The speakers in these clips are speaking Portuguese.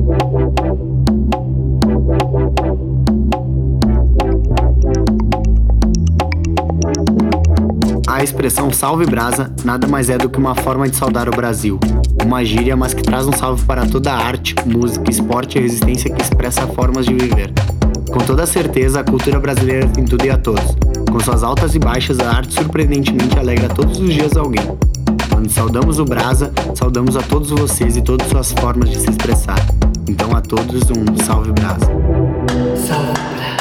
A expressão salve brasa nada mais é do que uma forma de saudar o Brasil. Uma gíria, mas que traz um salve para toda a arte, música, esporte e resistência que expressa formas de viver. Com toda certeza, a cultura brasileira tem tudo e a todos. Com suas altas e baixas, a arte surpreendentemente alegra todos os dias alguém. Quando saudamos o Brasa, saudamos a todos vocês e todas suas formas de se expressar. Então a todos um salve Brasa. Salve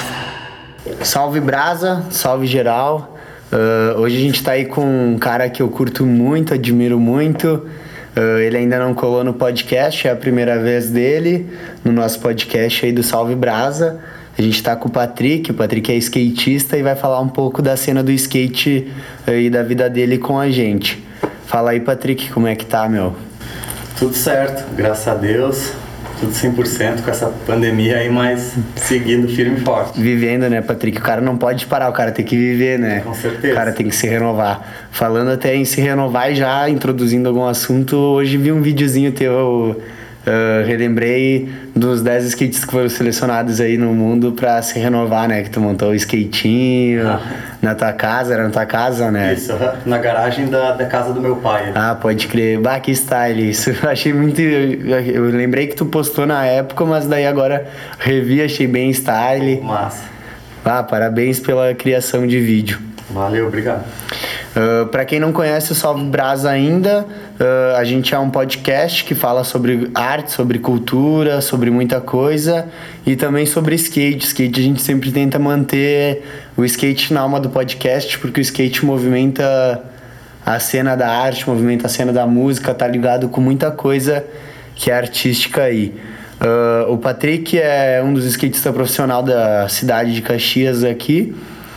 Brasa. Salve Brasa, salve geral. Hoje a gente tá aí com um cara que eu curto muito, admiro muito. Ele ainda não colou no podcast, é a primeira vez dele no nosso podcast aí do Salve Brasa. A gente tá com o Patrick é skatista e vai falar um pouco da cena do skate e da vida dele com a gente. Fala aí, Patrick, como é que tá, meu? Tudo certo, graças a Deus, tudo 100% com essa pandemia aí, mas seguindo firme e forte. Vivendo, né, Patrick? O cara não pode parar, o cara tem que viver, né? Com certeza. O cara tem que se renovar. Falando até em se renovar e já introduzindo algum assunto, hoje vi um videozinho teu, relembrei dos 10 skates que foram selecionados aí no mundo pra se renovar, né? Que tu montou o skatinho na tua casa, era na tua casa, né? Isso, na garagem da casa do meu pai. Ah, pode crer. Bah, que style. Isso eu achei muito... Eu lembrei que tu postou na época, mas daí agora revi, achei bem style. Massa. Ah, parabéns pela criação de vídeo. Valeu, obrigado. Pra quem não conhece o Salve Brasa ainda, a gente é um podcast que fala sobre arte, sobre cultura, sobre muita coisa e também sobre skate. Skate a gente sempre tenta manter o skate na alma do podcast, porque o skate movimenta a cena da arte, movimenta a cena da música, tá ligado com muita coisa que é artística aí. O Patrick é um dos skatistas profissionais da cidade de Caxias aqui.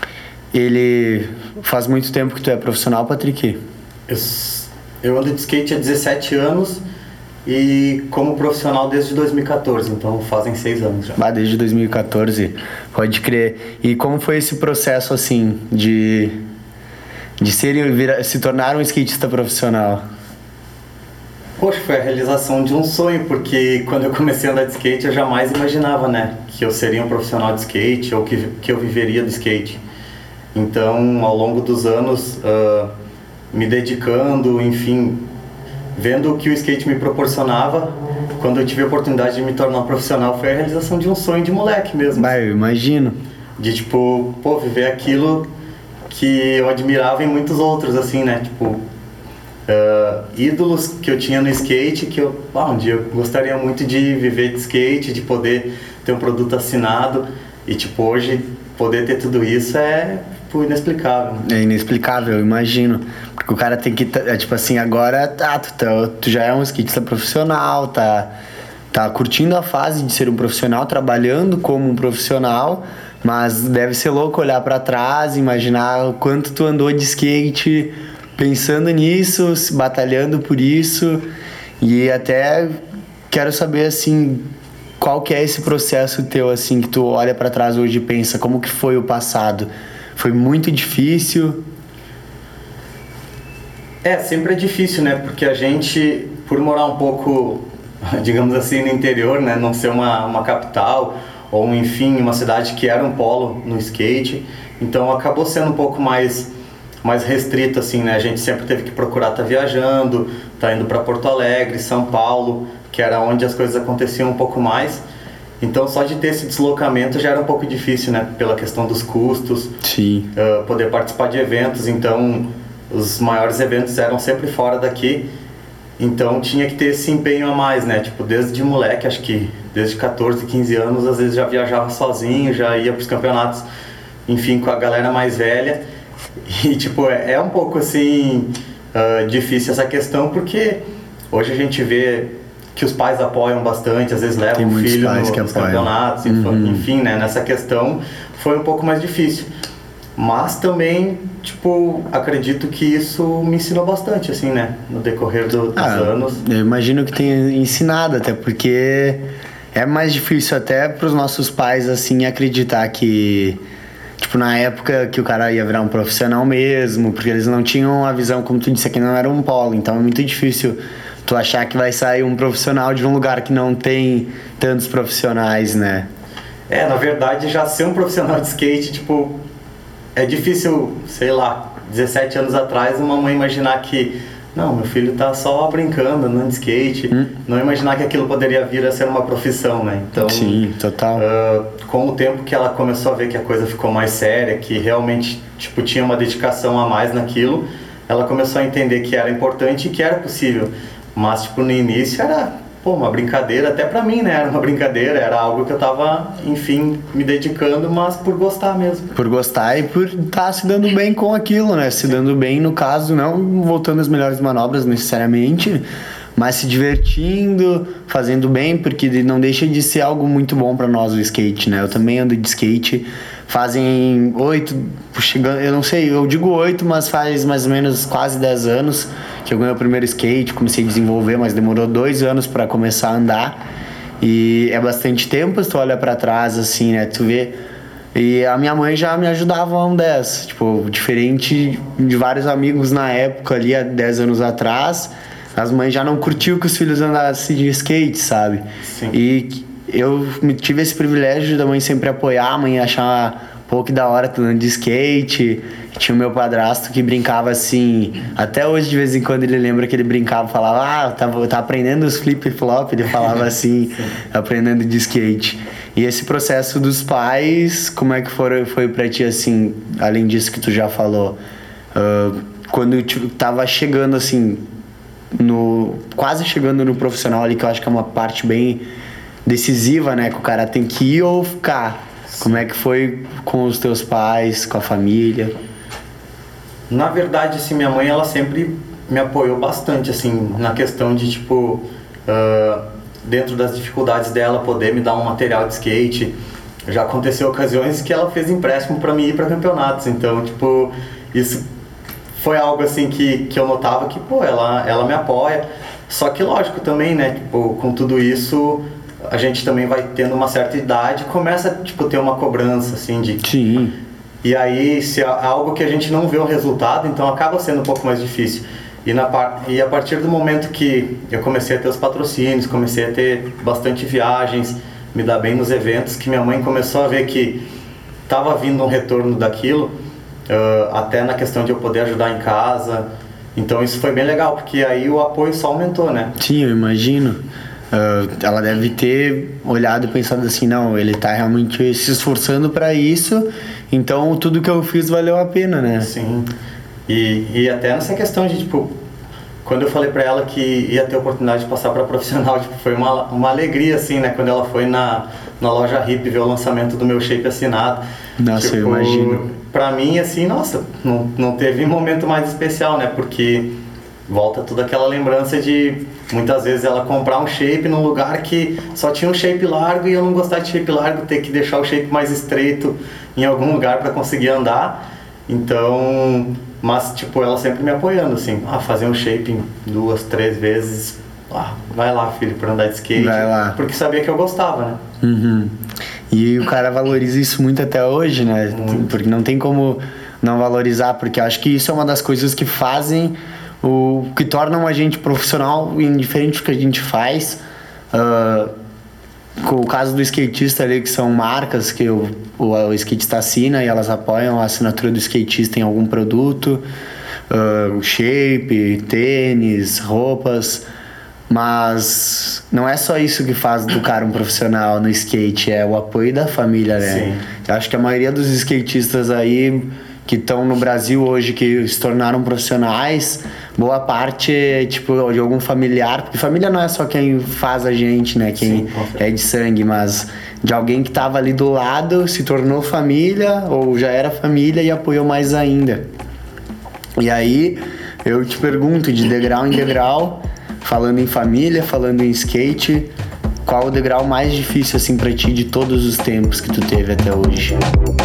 Ele faz muito tempo que tu é profissional, Patrick? Eu ando de skate há 17 anos e como profissional desde 2014, então fazem 6 anos já. Ah, desde 2014, pode crer. E como foi esse processo, assim, de se tornar um skatista profissional? Poxa, foi a realização de um sonho, porque quando eu comecei a andar de skate eu jamais imaginava, né, que eu seria um profissional de skate ou que eu viveria do skate. Então, ao longo dos anos, me dedicando, enfim, vendo o que o skate me proporcionava, quando eu tive a oportunidade de me tornar profissional, foi a realização de um sonho de moleque mesmo. Bah, eu imagino. De, tipo, viver aquilo que eu admirava em muitos outros, assim, né? Tipo, ídolos que eu tinha no skate, que um dia eu gostaria muito de viver de skate, de poder ter um produto assinado. E, tipo, hoje, poder ter tudo isso é inexplicável. É inexplicável, eu imagino. Porque o cara tem que... tipo assim, agora tu já é um skatista profissional, tá curtindo a fase de ser um profissional, trabalhando como um profissional, mas deve ser louco olhar pra trás, imaginar o quanto tu andou de skate, pensando nisso, batalhando por isso. E até quero saber, assim, qual que é esse processo teu, assim, que tu olha pra trás hoje e pensa, como que foi o passado? Foi muito difícil? Sempre é difícil, né? Porque a gente, por morar um pouco, digamos assim, no interior, né? Não ser uma capital, ou enfim, uma cidade que era um polo no skate, então acabou sendo um pouco mais restrito, assim, né? A gente sempre teve que procurar estar viajando, indo para Porto Alegre, São Paulo, que era onde as coisas aconteciam um pouco mais. Então, só de ter esse deslocamento já era um pouco difícil, né? Pela questão dos custos. Sim. Poder participar de eventos, então os maiores eventos eram sempre fora daqui. Então, tinha que ter esse empenho a mais, né? Tipo, desde moleque, acho que desde 14, 15 anos, às vezes já viajava sozinho, já ia para os campeonatos, enfim, com a galera mais velha. E, tipo, é um pouco, assim, difícil essa questão, porque hoje a gente vê que os pais apoiam bastante, às vezes levam o filho nos campeonatos, enfim, né, nessa questão foi um pouco mais difícil. Mas também, tipo, acredito que isso me ensinou bastante, assim, né, no decorrer dos anos. Eu imagino que tenha ensinado, até porque é mais difícil até para os nossos pais, assim, acreditar que, tipo, na época que o cara ia virar um profissional mesmo, porque eles não tinham a visão, como tu disse, aqui não era um polo, então é muito difícil tu achar que vai sair um profissional de um lugar que não tem tantos profissionais, né? Na verdade, já ser um profissional de skate, tipo, é difícil, sei lá, 17 anos atrás, uma mãe imaginar que, não, meu filho tá só brincando, andando de skate, não imaginar que aquilo poderia vir a ser uma profissão, né? Então, sim, total. Com o tempo que ela começou a ver que a coisa ficou mais séria, que realmente, tipo, tinha uma dedicação a mais naquilo, ela começou a entender que era importante e que era possível. Mas, tipo, no início era, uma brincadeira, até pra mim, né? Era uma brincadeira, era algo que eu tava, enfim, me dedicando, mas por gostar mesmo. Por gostar e por estar se dando bem com aquilo, né? Se dando bem, no caso, não voltando às melhores manobras necessariamente, mas se divertindo, fazendo bem, porque não deixa de ser algo muito bom pra nós o skate, né? Eu também ando de skate, fazem 8, chegando, eu não sei, eu digo 8, mas faz mais ou menos quase 10 anos que eu ganhei o primeiro skate, comecei a desenvolver, mas demorou 2 anos pra começar a andar. E é bastante tempo, se tu olha pra trás, assim, né? Tu vê. E a minha mãe já me ajudava a um 10, tipo, diferente de vários amigos na época ali, há 10 anos atrás, as mães já não curtiam que os filhos andassem de skate, sabe? Sim. E eu tive esse privilégio da mãe sempre apoiar, a mãe achar que da hora tu andando de skate. Tinha o meu padrasto que brincava assim, até hoje de vez em quando ele lembra que ele brincava, falava, tá aprendendo os flip-flop, ele falava assim, aprendendo de skate. E esse processo dos pais, como é que foi pra ti assim, além disso que tu já falou, quando tu tava chegando assim, quase chegando no profissional ali, que eu acho que é uma parte bem decisiva, né, que o cara tem que ir ou ficar. Como é que foi com os teus pais, com a família? Na verdade, assim, minha mãe, ela sempre me apoiou bastante, assim, na questão de, tipo, dentro das dificuldades dela, poder me dar um material de skate. Já aconteceu ocasiões que ela fez empréstimo para mim ir para campeonatos, então, tipo, isso foi algo, assim, que eu notava que, ela me apoia. Só que, lógico, também, né, tipo, com tudo isso, a gente também vai tendo uma certa idade, começa, tipo, ter uma cobrança, assim, de... Sim. E aí, se é algo que a gente não vê o resultado, então acaba sendo um pouco mais difícil. E a partir do momento que eu comecei a ter os patrocínios, comecei a ter bastante viagens, me dar bem nos eventos, que minha mãe começou a ver que estava vindo um retorno daquilo, até na questão de eu poder ajudar em casa. Então isso foi bem legal, porque aí o apoio só aumentou, né? Sim, eu imagino. Ela deve ter olhado e pensado assim, não, ele tá realmente se esforçando para isso, então tudo que eu fiz valeu a pena, né? Sim. E até nessa questão de, tipo, quando eu falei pra ela que ia ter a oportunidade de passar pra profissional, tipo, foi uma alegria, assim, né? Quando ela foi na loja Hip ver o lançamento do meu shape assinado. Nossa, tipo, eu imagino. Pra mim, assim, nossa, não teve momento mais especial, né? Porque volta toda aquela lembrança de muitas vezes ela comprar um shape num lugar que só tinha um shape largo e eu não gostar de shape largo, ter que deixar o shape mais estreito em algum lugar para conseguir andar. Então, mas tipo, ela sempre me apoiando, assim, fazer um shape em 2, 3 vezes, vai lá, filho, para andar de skate. Vai lá. Porque sabia que eu gostava, né? Uhum. E o cara valoriza isso muito até hoje, né? Muito. Porque não tem como não valorizar, porque eu acho que isso é uma das coisas que fazem que tornam a gente profissional, indiferente do que a gente faz. Com o caso do skatista ali, que são marcas que o skatista assina e elas apoiam a assinatura do skatista em algum produto, shape, tênis, roupas. Mas não é só isso que faz do cara um profissional no skate, é o apoio da família, né? Sim. Eu acho que a maioria dos skatistas aí que estão no Brasil hoje, que se tornaram profissionais, boa parte é tipo de algum familiar, porque família não é só quem faz a gente, né? Quem é de sangue, mas de alguém que estava ali do lado, se tornou família ou já era família e apoiou mais ainda. E aí eu te pergunto, de degrau em degrau, falando em família, falando em skate, qual o degrau mais difícil assim pra ti de todos os tempos que tu teve até hoje?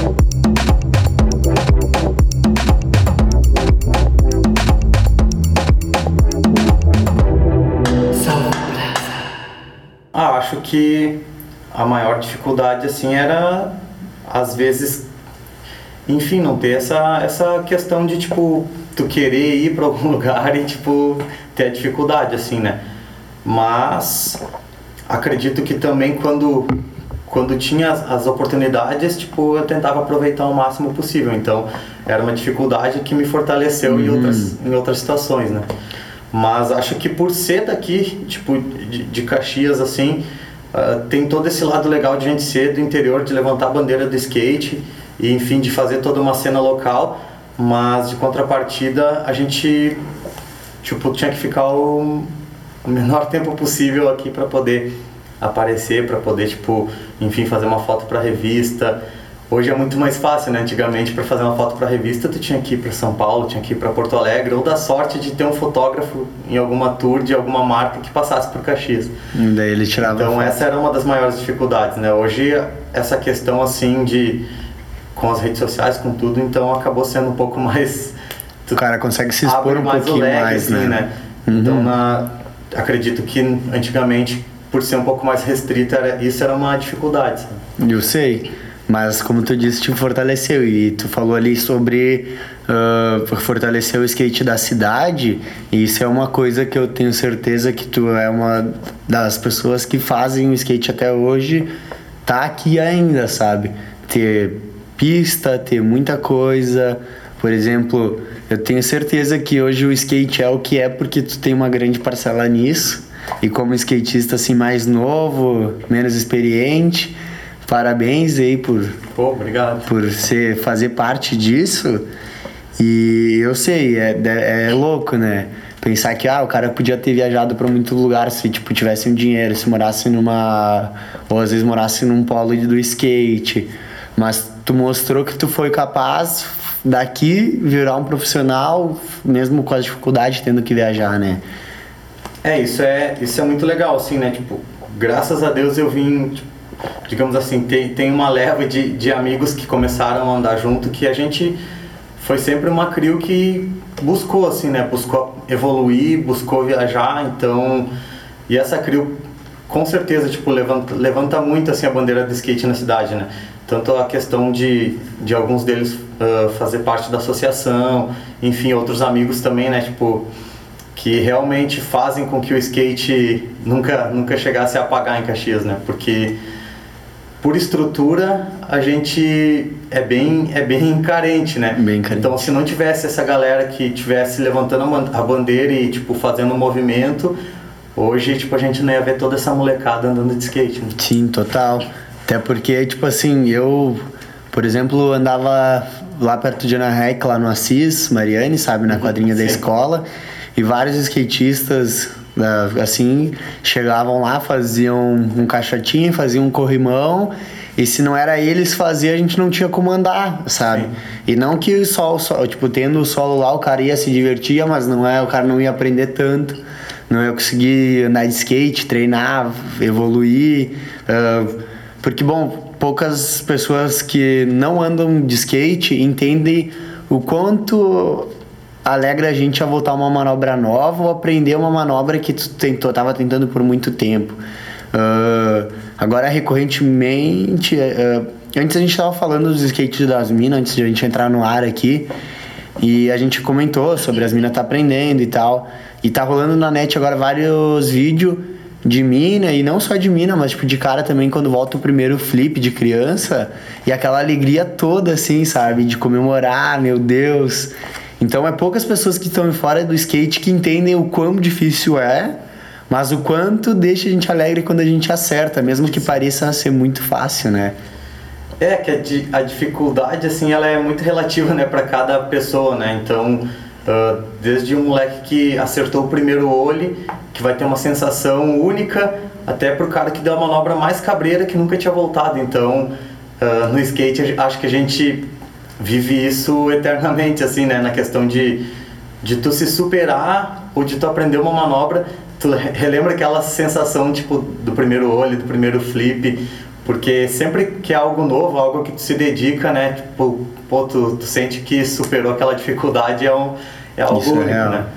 Acho que a maior dificuldade, assim, era, às vezes, enfim, não ter essa questão de, tipo, tu querer ir pra algum lugar e, tipo, ter dificuldade, assim, né? Mas acredito que também quando tinha as oportunidades, tipo, eu tentava aproveitar o máximo possível. Então, era uma dificuldade que me fortaleceu em outras situações, né? Mas acho que por ser daqui, tipo, de Caxias, assim, tem todo esse lado legal de a gente ser do interior, de levantar a bandeira do skate e, enfim, de fazer toda uma cena local. Mas, de contrapartida, a gente, tipo, tinha que ficar o menor tempo possível aqui para poder aparecer, para poder, tipo, enfim, fazer uma foto para revista. Hoje é muito mais fácil, né? Antigamente, para fazer uma foto para revista, tu tinha que ir para São Paulo, tinha que ir para Porto Alegre, ou dar sorte de ter um fotógrafo em alguma tour de alguma marca que passasse por Caxias. E daí ele tirava. Então, essa era uma das maiores dificuldades, né? Hoje, essa questão, assim, com as redes sociais, com tudo, então acabou sendo um pouco mais... O cara consegue se expor um pouquinho mais, assim, né? Então, acredito que antigamente, por ser um pouco mais restrito, isso era uma dificuldade, sabe? Eu sei, mas como tu disse, te fortaleceu. E tu falou ali sobre fortalecer o skate da cidade, e isso é uma coisa que eu tenho certeza que tu é uma das pessoas que fazem o skate até hoje, tá aqui ainda, sabe? Ter pista, ter muita coisa. Por exemplo, eu tenho certeza que hoje o skate é o que é porque tu tem uma grande parcela nisso. E como skatista assim mais novo, menos experiente, parabéns aí obrigado. por fazer parte disso. E eu sei, é louco, né? Pensar que o cara podia ter viajado para muito lugar se tipo tivesse um dinheiro, se morasse ou às vezes morasse num polo do skate. Mas tu mostrou que tu foi capaz daqui virar um profissional, mesmo com as dificuldades tendo que viajar, né? Isso é muito legal, assim, né? Tipo, graças a Deus eu vim, tipo, digamos assim, tem uma leva de amigos que começaram a andar junto, que a gente foi sempre uma crew que buscou, assim, né? Buscou evoluir, buscou viajar, então... E essa crew, com certeza, tipo, levanta muito, assim, a bandeira do skate na cidade, né? Tanto a questão de alguns deles fazer parte da associação, enfim, outros amigos também, né? Tipo... que realmente fazem com que o skate nunca chegasse a apagar em Caxias, né? Porque por estrutura a gente é bem carente, né? Bem carente. Então se não tivesse essa galera que tivesse levantando a bandeira e tipo fazendo um movimento, hoje tipo a gente não ia ver toda essa molecada andando de skate, né? Sim, total. Até porque tipo assim, eu, por exemplo, andava lá perto de Ana Rec, lá no Assis, Mariane, sabe, na quadrinha da escola. E vários skatistas, assim, chegavam lá, faziam um caixotinho, faziam um corrimão, e se não era eles fazer, a gente não tinha como andar, sabe? Sim. E não que o solo, tipo, tendo o solo lá, o cara ia se divertir, mas o cara não ia aprender tanto, não ia conseguir andar de skate, treinar, evoluir, porque, bom, poucas pessoas que não andam de skate entendem o quanto... alegra a gente a voltar uma manobra nova ou aprender uma manobra que tu tava tentando por muito tempo. Agora, recorrentemente... antes a gente tava falando dos skates das minas, antes de a gente entrar no ar aqui, e a gente comentou sobre as minas tá aprendendo e tal. E tá rolando na net agora vários vídeos de mina, e não só de mina, mas tipo de cara também quando volta o primeiro flip de criança, e aquela alegria toda, assim, sabe? De comemorar, meu Deus... Então é poucas pessoas que estão fora do skate que entendem o quão difícil é, mas o quanto deixa a gente alegre quando a gente acerta, mesmo que pareça ser muito fácil, né? Que a dificuldade, assim, ela é muito relativa, né, para cada pessoa, né? Então, desde um moleque que acertou o primeiro olho, que vai ter uma sensação única, até pro cara que deu a manobra mais cabreira que nunca tinha voltado. Então, no skate, acho que a gente... vive isso eternamente, assim, né? Na questão de tu se superar ou de tu aprender uma manobra, tu relembra aquela sensação, tipo, do primeiro olho, do primeiro flip, porque sempre que é algo novo, algo que tu se dedica, né? Tipo, tu sente que superou aquela dificuldade, é algo único, né?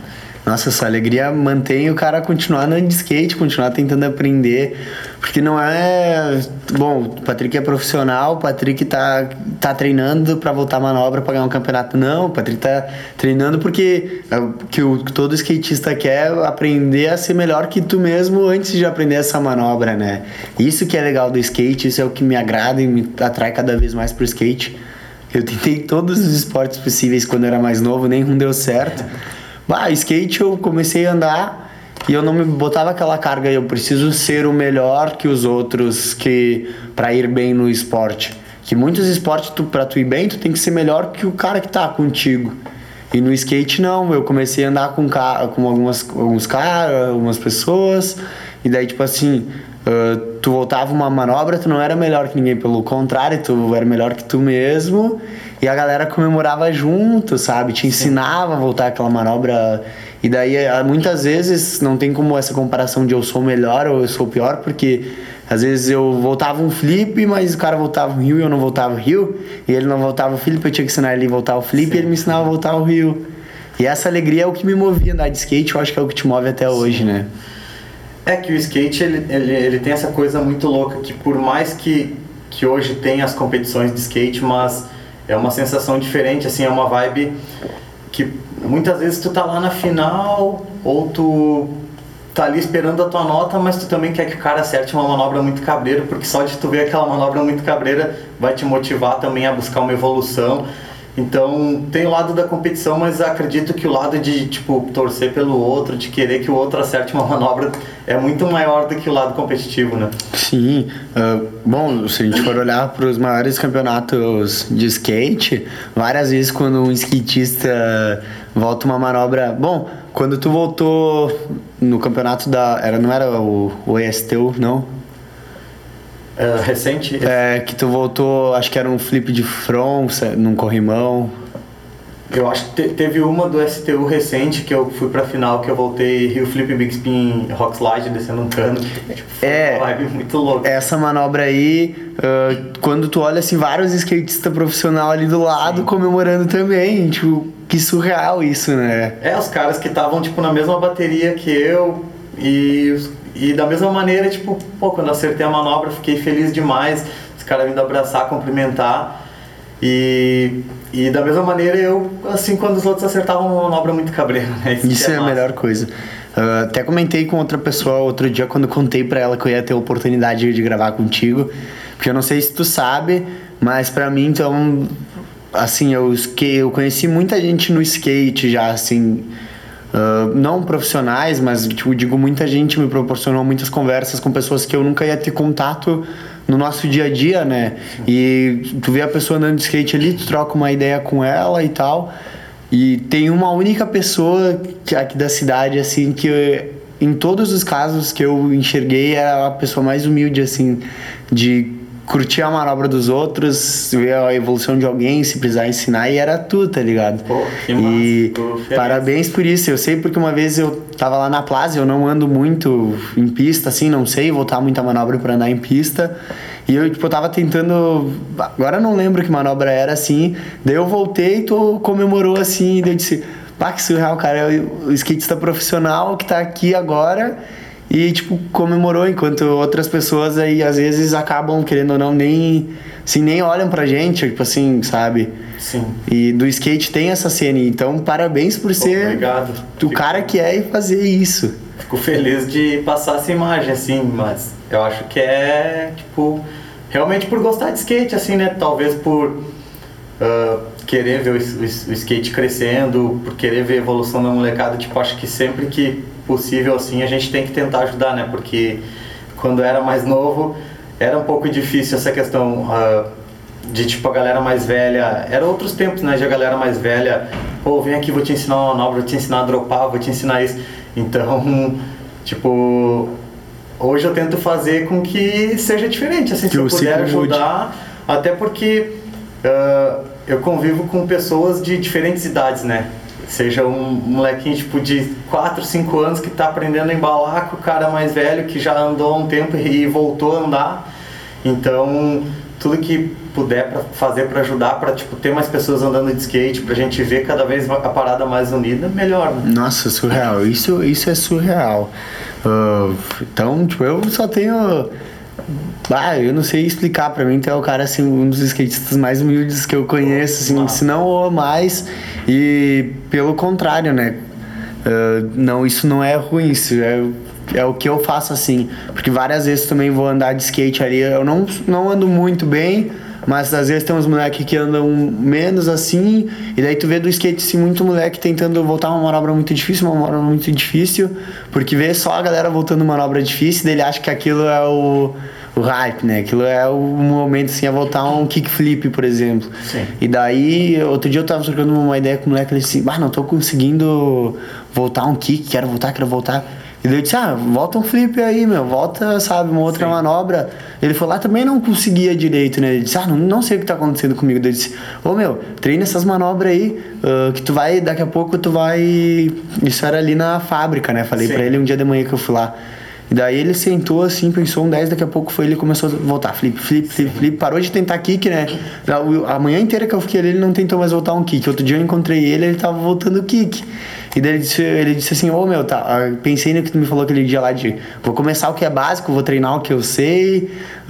nossa, essa alegria mantém o cara continuar andando de skate, continuar tentando aprender, porque não é... Bom, o Patrick é profissional, o Patrick tá treinando pra voltar a manobra pra ganhar um campeonato. Não, o Patrick tá treinando porque todo skatista quer aprender a ser melhor que tu mesmo antes de aprender essa manobra, né? Isso que é legal do skate, isso é o que me agrada e me atrai cada vez mais pro skate. Eu tentei todos os esportes possíveis quando eu era mais novo, nenhum deu certo. Skate eu comecei a andar e eu não me botava aquela carga, eu preciso ser o melhor que os outros pra ir bem no esporte. Que muitos esportes, pra tu ir bem, tu tem que ser melhor que o cara que tá contigo. E no skate não, eu comecei a andar com alguns caras, algumas pessoas, e daí tipo assim, tu voltava uma manobra, tu não era melhor que ninguém, pelo contrário, tu era melhor que tu mesmo, e a galera comemorava junto, sabe? Te ensinava a voltar aquela manobra. E daí, muitas vezes, não tem como essa comparação de eu sou melhor ou eu sou pior, porque às vezes eu voltava um flip, mas o cara voltava um heel e eu não voltava o heel, e ele não voltava o flip, eu tinha que ensinar ele a voltar o flip, e ele me ensinava a voltar o heel. E essa alegria é o que me movia andar de skate, eu acho que é o que te move até hoje, né? É que o skate, ele tem essa coisa muito louca, que por mais que hoje tem as competições de skate, mas é uma sensação diferente, assim, é uma vibe que muitas vezes tu tá lá na final, ou tu tá ali esperando a tua nota, mas tu também quer que o cara acerte uma manobra muito cabreira, porque só de tu ver aquela manobra muito cabreira vai te motivar também a buscar uma evolução. Então, tem o lado da competição, mas acredito que o lado de, tipo, torcer pelo outro, de querer que o outro acerte uma manobra, é muito maior do que o lado competitivo, né? Sim. Bom, se a gente for olhar para os maiores campeonatos de skate, várias vezes quando um skatista volta uma manobra... Bom, quando tu voltou no campeonato não era o ESTU, não? Recente? Que tu voltou, acho que era um flip de front, num corrimão. Eu acho que teve uma do STU recente que eu fui pra final, que eu voltei Rio Flip Big Spin Rock Slide descendo um cano. Foi uma vibe muito louca. Essa manobra aí, quando tu olha assim, vários skatistas profissionais ali do lado comemorando também, tipo, que surreal isso, né? Os caras que estavam tipo na mesma bateria que eu e da mesma maneira, tipo, quando eu acertei a manobra, fiquei feliz demais, os caras vindo abraçar, cumprimentar. E da mesma maneira eu, assim, quando os outros acertavam uma manobra muito cabreira, né? Isso é a melhor coisa. Até comentei com outra pessoa outro dia, quando contei pra ela que eu ia ter a oportunidade de gravar contigo, porque eu não sei se tu sabe, mas pra mim, então, assim, eu conheci muita gente no skate já, assim... não profissionais, mas tipo, digo, muita gente me proporcionou muitas conversas com pessoas que eu nunca ia ter contato no nosso dia a dia, né? E tu vê a pessoa andando de skate ali, tu troca uma ideia com ela e tal, e tem uma única pessoa aqui da cidade, assim, que em todos os casos que eu enxerguei era a pessoa mais humilde, assim, de curtir a manobra dos outros, ver a evolução de alguém, se precisar ensinar, e era tu, tá ligado? Pô, que massa. E parabéns por isso. Eu sei porque uma vez eu tava lá na Plaza, eu não ando muito em pista, assim, não sei voltar muita manobra pra andar em pista, e eu, tipo, eu tava tentando, agora eu não lembro que manobra era, assim, daí eu voltei e tu comemorou, assim, e daí eu disse, que surreal, cara, é o skatista profissional que tá aqui agora. E, tipo, comemorou, enquanto outras pessoas aí, às vezes, acabam, querendo ou não, nem olham pra gente, tipo assim, sabe? Sim. E do skate tem essa cena, então parabéns por ser obrigado. O cara que é e fazer isso. Fico feliz de passar essa imagem, assim, mas eu acho que é, tipo, realmente por gostar de skate, assim, né? Talvez por querer ver o skate crescendo, por querer ver a evolução da molecada, tipo, acho que sempre que possível, assim, a gente tem que tentar ajudar, né? Porque quando eu era mais novo, era um pouco difícil essa questão de, tipo, a galera mais velha... Era outros tempos, né? De a galera mais velha... vem aqui, vou te ensinar uma manobra, vou te ensinar a dropar, vou te ensinar isso. Então, tipo... Hoje eu tento fazer com que seja diferente, assim, se eu puder ajudar. Até porque eu convivo com pessoas de diferentes idades, né? Seja um molequinho tipo de 4, 5 anos que tá aprendendo a embalar com o cara mais velho que já andou há um tempo e voltou a andar. Então, tudo que puder pra fazer para ajudar, para tipo, ter mais pessoas andando de skate, pra gente ver cada vez a parada mais unida, melhor, né? Nossa, surreal. Isso é surreal. Então, tipo, eu só tenho... eu não sei explicar. Pra mim, tu é o cara, assim, um dos skatistas mais humildes que eu conheço, assim, se não o mais. E pelo contrário, né? Não, isso não é ruim, isso é o que eu faço, assim. Porque várias vezes também vou andar de skate ali. Eu não ando muito bem, mas às vezes tem uns moleques que andam menos assim, e daí tu vê do skate assim, muito moleque tentando voltar uma manobra muito difícil, porque vê só a galera voltando manobra difícil, daí ele acha que aquilo é o hype, né? Aquilo é o momento assim, a voltar um kickflip, por exemplo. Sim. E daí, outro dia eu tava trocando uma ideia com o moleque, ele disse, não tô conseguindo voltar um kick, quero voltar. E daí eu disse, volta um flip aí, meu, volta, sabe, uma outra manobra. Ele falou, também não conseguia direito, né? Ele disse, não sei o que tá acontecendo comigo. Daí eu disse, meu, treina essas manobras aí, que tu vai, daqui a pouco tu vai... Isso era ali na fábrica, né? Falei pra ele um dia de manhã que eu fui lá. E daí ele sentou assim, pensou um 10, daqui a pouco foi ele começou a voltar, flip, parou de tentar kick, né? A manhã inteira que eu fiquei ali, ele não tentou mais voltar um kick. Outro dia eu encontrei ele tava voltando kick. E daí ele disse assim, meu, pensei no que tu me falou aquele dia lá de, vou começar o que é básico, vou treinar o que eu sei.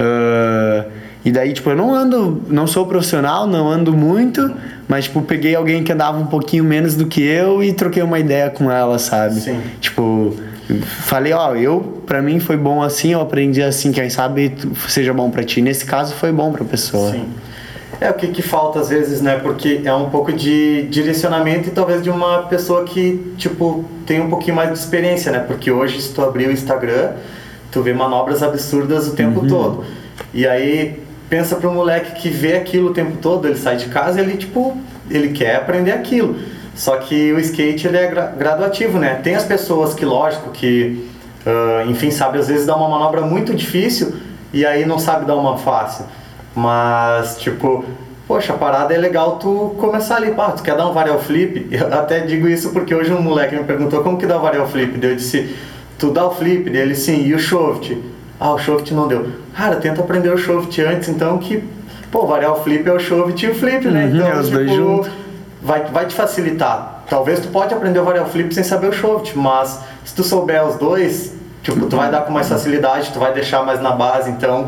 E daí, tipo, eu não sou profissional, não ando muito, mas, tipo, peguei alguém que andava um pouquinho menos do que eu e troquei uma ideia com ela, sabe? Sim. Tipo... Falei, pra mim foi bom assim, eu aprendi assim, quem sabe seja bom pra ti. Nesse caso foi bom pra pessoa. Sim. O que falta às vezes, né? Porque é um pouco de direcionamento e talvez de uma pessoa que, tipo, tem um pouquinho mais de experiência, né? Porque hoje, se tu abrir o Instagram, tu vê manobras absurdas o tempo todo. E aí, pensa pro moleque que vê aquilo o tempo todo, ele sai de casa e ele quer aprender aquilo. Só que o skate, ele é graduativo, né? Tem as pessoas que, lógico, que, enfim, sabe, às vezes dá uma manobra muito difícil e aí não sabe dar uma fácil. Mas, tipo, poxa, a parada é legal tu começar ali, tu quer dar um varial flip? Eu até digo isso porque hoje um moleque me perguntou como que dá o varial flip. Daí eu disse, tu dá o flip? Daí ele, sim, e o shoft? O shoft não deu. Cara, tenta aprender o shoft antes, então que, varial flip é o shoft e o flip, né? Então, os dois juntos. Vai te facilitar. Talvez tu pode aprender o varial flip sem saber o shoft, mas se tu souber os dois, tipo, tu vai dar com mais facilidade, tu vai deixar mais na base. Então,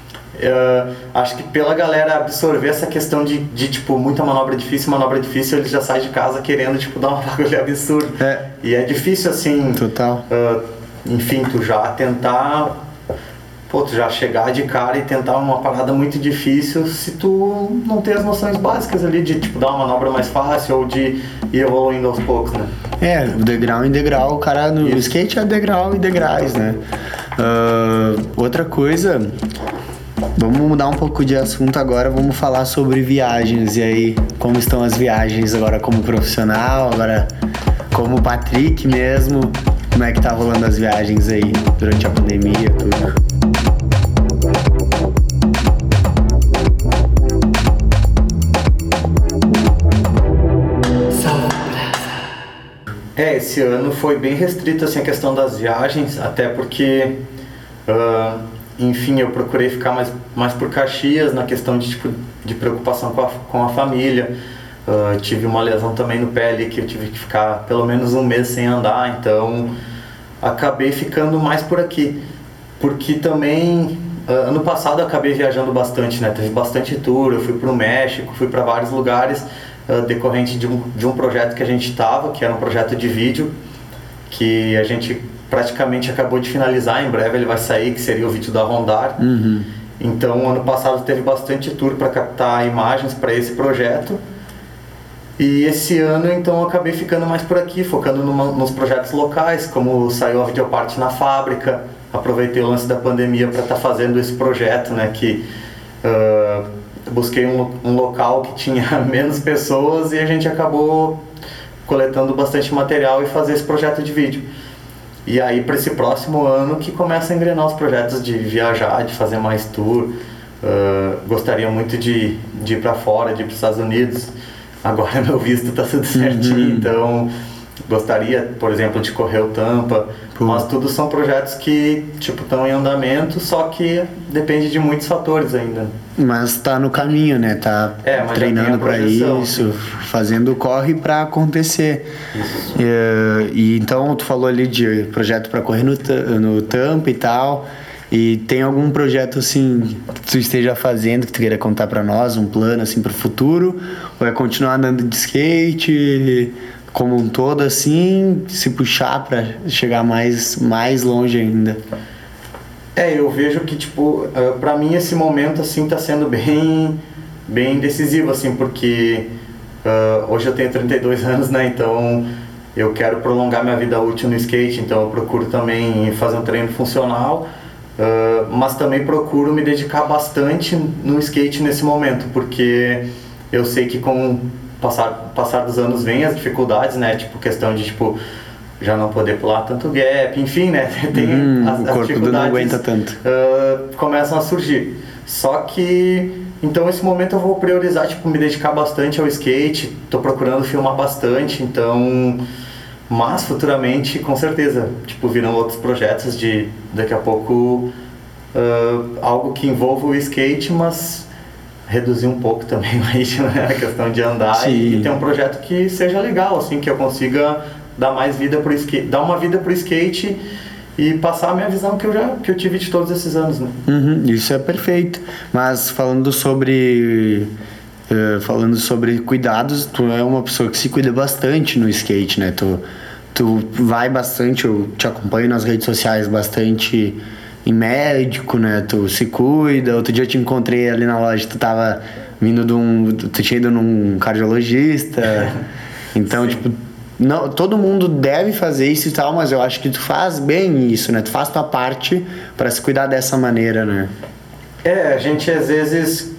acho que pela galera absorver essa questão de tipo, muita manobra difícil, eles já saem de casa querendo, tipo, dar uma bagulho absurdo. E é difícil, assim... Total. Enfim, tu já tentar... tu já chegar de cara e tentar uma parada muito difícil se tu não tem as noções básicas ali de, tipo, dar uma manobra mais fácil ou de ir evoluindo aos poucos, né? Degrau em degrau, o cara no skate é degrau e degraus, né? Outra coisa, vamos mudar um pouco de assunto agora, vamos falar sobre viagens. E aí, como estão as viagens agora como profissional, agora como Patrick mesmo? Como é que tá rolando as viagens aí durante a pandemia, tudo? Esse ano foi bem restrito assim, a questão das viagens, até porque, enfim, eu procurei ficar mais por Caxias na questão de, tipo, de preocupação com a família. Tive uma lesão também no pé ali que eu tive que ficar pelo menos um mês sem andar, então acabei ficando mais por aqui. Porque também, ano passado eu acabei viajando bastante, né? Teve bastante tour, eu fui pro México, fui para vários lugares, decorrente de um projeto que a gente estava, que era um projeto de vídeo, que a gente praticamente acabou de finalizar, em breve ele vai sair, que seria o vídeo da Rondar. Então, ano passado teve bastante tour para captar imagens para esse projeto. E esse ano, então, eu acabei ficando mais por aqui, focando nos projetos locais, como saiu a videoparte na fábrica. Aproveitei o lance da pandemia para estar fazendo esse projeto, né, que busquei um local que tinha menos pessoas e a gente acabou coletando bastante material e fazer esse projeto de vídeo. E aí, para esse próximo ano, que começa a engrenar os projetos de viajar, de fazer mais tour. Gostaria muito de ir para fora, de ir para os Estados Unidos. Agora meu visto está tudo certinho, então gostaria, por exemplo, de correr o Tampa, mas tudo são projetos que, tipo, estão em andamento, só que depende de muitos fatores ainda. Mas tá no caminho, né? Tá mas treinando para isso, fazendo o corre para acontecer. Isso. E então tu falou ali de projeto para correr no Tampa e tal. E tem algum projeto assim que tu esteja fazendo que tu queira contar para nós, um plano assim para o futuro? Ou é continuar andando de skate como um todo assim, se puxar para chegar mais longe ainda? Eu vejo que, tipo, pra mim esse momento, assim, tá sendo bem decisivo, assim, porque hoje eu tenho 32 anos, né, então eu quero prolongar minha vida útil no skate, então eu procuro também fazer um treino funcional, mas também procuro me dedicar bastante no skate nesse momento, porque eu sei que com o passar dos anos vem as dificuldades, né, tipo, questão de, tipo, já não poder pular tanto gap, enfim, né, tem as dificuldades, não aguenta tanto. Começam a surgir. Só que, então esse momento eu vou priorizar, tipo, me dedicar bastante ao skate, tô procurando filmar bastante, então, mas futuramente, com certeza, tipo, virão outros projetos de, daqui a pouco, algo que envolva o skate, mas reduzir um pouco também o ritmo, né, a questão de andar e ter um projeto que seja legal, assim, que eu consiga dar mais vida pro skate, dar uma vida pro skate e passar a minha visão que eu tive de todos esses anos, né? Isso é perfeito. Mas falando sobre cuidados, tu é uma pessoa que se cuida bastante no skate, né? Tu vai bastante, eu te acompanho nas redes sociais bastante em médico, né? Tu se cuida. Outro dia eu te encontrei ali na loja, tu tinha ido num cardiologista. Então, tipo, não, todo mundo deve fazer isso e tal, mas eu acho que tu faz bem isso, né? Tu faz tua parte para se cuidar dessa maneira, né? A gente às vezes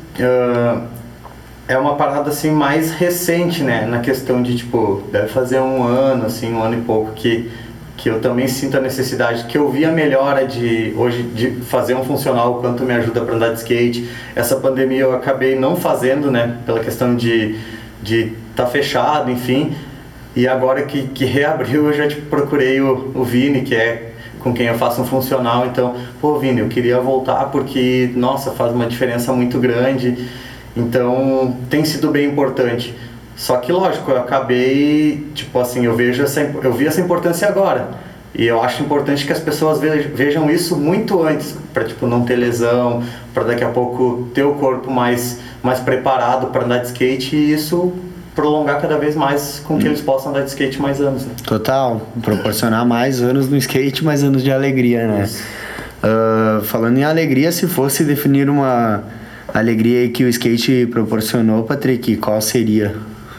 é uma parada assim mais recente, né? Na questão de, tipo, deve fazer um ano e pouco que eu também sinto a necessidade, que eu vi a melhora hoje de fazer um funcional, o quanto me ajuda para andar de skate. Essa pandemia eu acabei não fazendo, né? Pela questão de tá fechado, enfim. E agora que reabriu, eu já procurei o Vini, que é com quem eu faço um funcional. Então, Vini, eu queria voltar porque, nossa, faz uma diferença muito grande. Então, tem sido bem importante. Só que, lógico, eu acabei, tipo assim, eu vi essa importância agora. E eu acho importante que as pessoas vejam isso muito antes, para, tipo, não ter lesão, para daqui a pouco ter o corpo mais preparado para andar de skate, e isso prolongar cada vez mais com que eles possam andar de skate mais anos, né? Total, proporcionar mais anos no skate, mais anos de alegria, né? Falando em alegria, se fosse definir uma alegria que o skate proporcionou, Patrick, qual seria?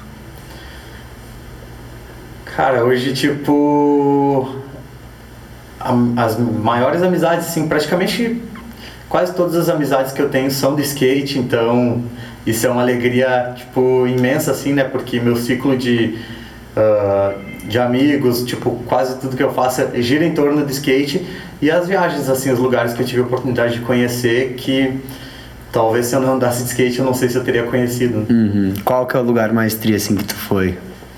Cara, hoje, tipo, as maiores amizades, assim, praticamente quase todas as amizades que eu tenho são de skate, então isso é uma alegria, tipo, imensa, assim, né? Porque meu ciclo de amigos, tipo, quase tudo que eu faço gira em torno de skate, e as viagens, assim, os lugares que eu tive a oportunidade de conhecer, que talvez se eu não andasse de skate eu não sei se eu teria conhecido. Qual que é o lugar mais tri, assim, que tu foi?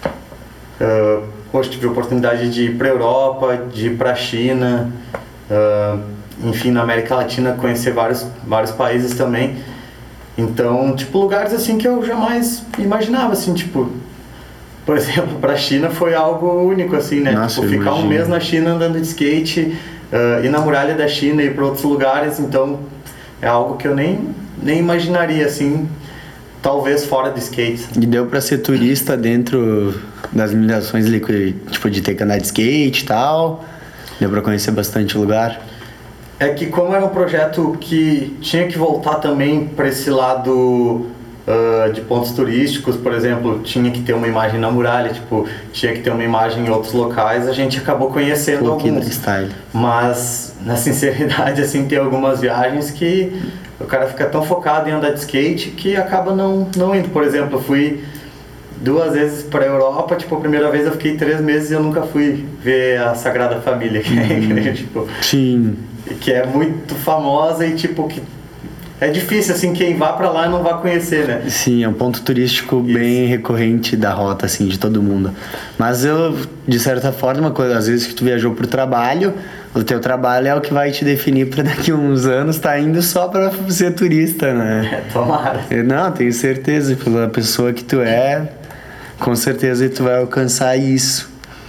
Hoje tive a oportunidade de ir pra Europa, de ir pra China, enfim, na América Latina, conhecer vários países também. Então, tipo, lugares assim que eu jamais imaginava, assim, tipo, por exemplo, pra China foi algo único, assim, né? Nossa, tipo, ficar um mês na China andando de skate, ir na muralha da China, ir pra outros lugares, então é algo que eu nem imaginaria, assim, talvez fora de skate. E deu pra ser turista dentro das limitações ali, tipo, de ter que andar de skate e tal? Deu pra conhecer bastante lugar? É que como era um projeto que tinha que voltar também para esse lado de pontos turísticos, por exemplo, tinha que ter uma imagem na muralha, tipo, tinha que ter uma imagem em outros locais, a gente acabou conhecendo alguns. Style. Mas, na sinceridade, assim, tem algumas viagens que o cara fica tão focado em andar de skate que acaba não indo. Por exemplo, eu fui 2 vezes para a Europa, tipo, a primeira vez eu fiquei 3 meses e eu nunca fui ver a Sagrada Família, que é, tipo, Sim. Que é muito famosa e, tipo, que é difícil, assim, quem vá pra lá não vai conhecer, né? Sim, é um ponto turístico bem recorrente da rota, assim, de todo mundo. Mas eu, de certa forma, às vezes que tu viajou por trabalho, o teu trabalho é o que vai te definir para daqui a uns anos tá indo só para ser turista, né? Tomara. Não, tenho certeza, pela pessoa que tu é, com certeza tu vai alcançar isso.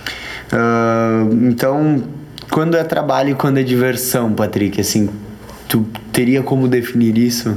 Então, quando é trabalho e quando é diversão, Patrick, assim, tu teria como definir isso?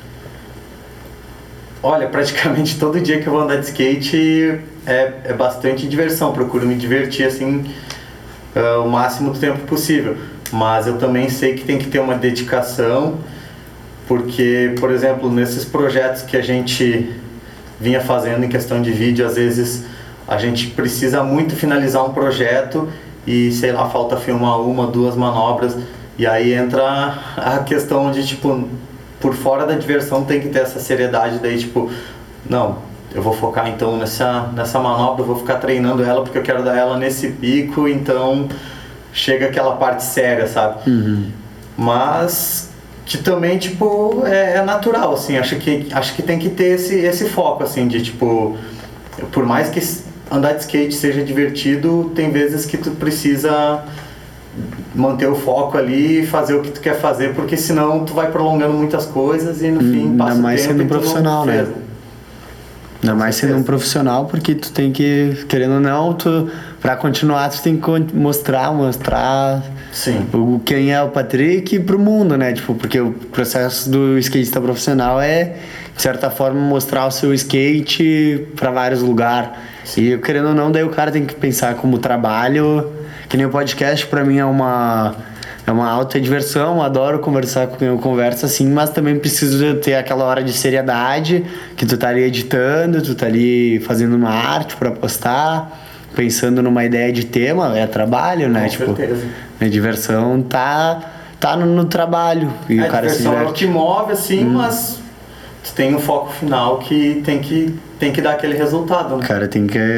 Olha, praticamente todo dia que eu vou andar de skate é bastante diversão. Procuro me divertir assim o máximo do tempo possível. Mas eu também sei que tem que ter uma dedicação, porque, por exemplo, nesses projetos que a gente vinha fazendo em questão de vídeo, às vezes a gente precisa muito finalizar um projeto e, sei lá, falta filmar 1, 2 manobras. E aí entra a questão de, tipo, por fora da diversão tem que ter essa seriedade, daí, tipo, não, eu vou focar então nessa manobra, eu vou ficar treinando ela porque eu quero dar ela nesse pico, então chega aquela parte séria, sabe? Uhum. Mas que também, tipo, é natural, assim, acho que tem que ter esse foco, assim, de, tipo, por mais que andar de skate seja divertido, tem vezes que tu precisa manter o foco ali e fazer o que tu quer fazer, porque senão tu vai prolongando muitas coisas e no fim passa o tempo. Ainda mais sendo um profissional, né? Ainda mais sendo um profissional, porque tu tem que, querendo ou não, pra continuar tu tem que mostrar Sim. Quem é o Patrick pro mundo, né? Tipo, porque o processo do skatista profissional é, de certa forma, mostrar o seu skate pra vários lugares. E querendo ou não, daí o cara tem que pensar como trabalho. Que nem o podcast, pra mim, é uma alta diversão, adoro conversar com quem eu converso assim, mas também preciso ter aquela hora de seriedade, que tu tá ali editando, tu tá ali fazendo uma arte pra postar, pensando numa ideia de tema, é trabalho, né? Com certeza. A diversão tá no trabalho. E a o cara diversão é o que move, assim, mas tu tem um foco final que tem que dar aquele resultado, né? O cara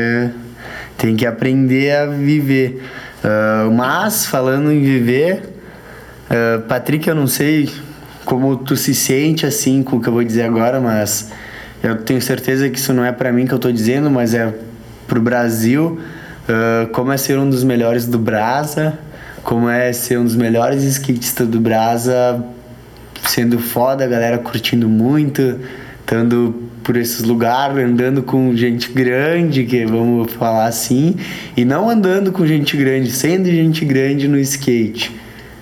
tem que aprender a viver. Mas, falando em viver, Patrick, eu não sei como tu se sente assim com o que eu vou dizer agora, mas eu tenho certeza que isso não é pra mim que eu tô dizendo, mas é pro Brasil. Como é ser um dos melhores do Brasa, como é ser um dos melhores skatistas do Brasa, sendo foda, a galera curtindo muito, estando por esses lugares, andando com gente grande, que vamos falar assim, e não andando com gente grande, sendo gente grande no skate.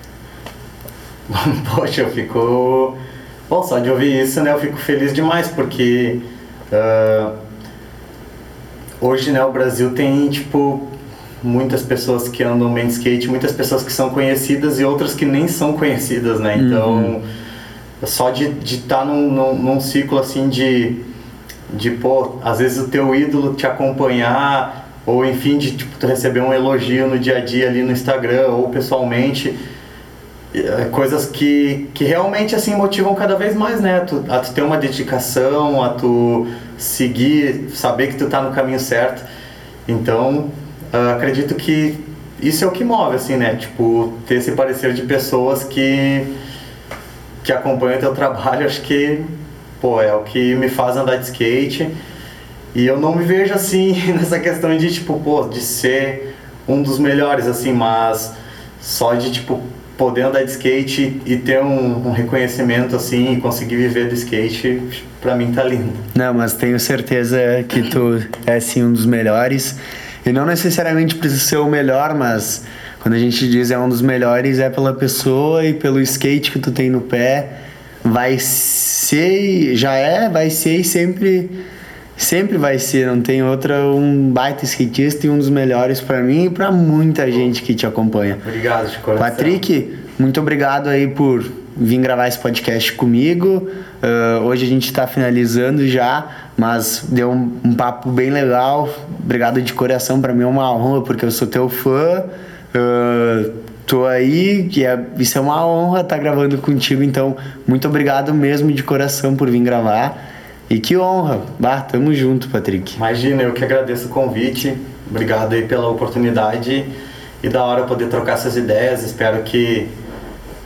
Poxa, eu fico... Bom, só de ouvir isso, né, eu fico feliz demais, porque hoje, né, o Brasil tem, tipo, muitas pessoas que andam bem de skate, muitas pessoas que são conhecidas e outras que nem são conhecidas, né, então... Só de estar num ciclo assim pô, às vezes o teu ídolo te acompanhar, ou enfim, de tipo, tu receber um elogio no dia a dia ali no Instagram ou pessoalmente, coisas que realmente assim motivam cada vez mais, né? A tu ter uma dedicação, a tu seguir, saber que tu tá no caminho certo. Então, acredito que isso é o que move, assim, né? Tipo, ter esse parecer de pessoas que acompanha o teu trabalho, acho que, pô, é o que me faz andar de skate. E eu não me vejo assim nessa questão de, tipo, pô, de ser um dos melhores, assim, mas só de, tipo, poder andar de skate e ter um reconhecimento, assim, e conseguir viver do skate, pra mim tá lindo. Não, mas tenho certeza que tu é, sim, um dos melhores. E não necessariamente precisa ser o melhor, mas... Quando a gente diz é um dos melhores, é pela pessoa e pelo skate que tu tem no pé. Vai ser, vai ser e sempre vai ser. Não tem outra, um baita skatista e um dos melhores pra mim e pra muita gente que te acompanha. Obrigado, de coração. Patrick, muito obrigado aí por vir gravar esse podcast comigo. Hoje a gente tá finalizando já, mas deu um papo bem legal. Obrigado de coração, pra mim é uma honra, porque eu sou teu fã. Tô aí, isso é uma honra estar gravando contigo, então muito obrigado mesmo de coração por vir gravar. E que honra, tamo junto, Patrick. Imagina, eu que agradeço o convite, obrigado aí pela oportunidade e da hora poder trocar essas ideias. Espero que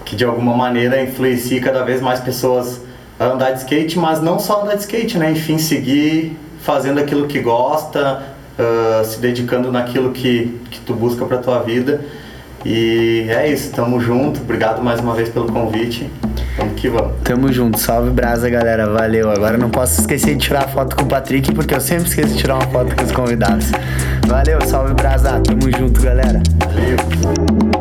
que de alguma maneira influencie cada vez mais pessoas a andar de skate, mas não só andar de skate, né? Enfim, seguir fazendo aquilo que gosta, se dedicando naquilo que tu busca pra tua vida. E é isso, tamo junto, obrigado mais uma vez pelo convite, vamos que vamos. Tamo junto, salve Brasa, galera, valeu. Agora não posso esquecer de tirar a foto com o Patrick, porque eu sempre esqueço de tirar uma foto com os convidados. Valeu, salve Brasa, tamo junto, galera. Valeu.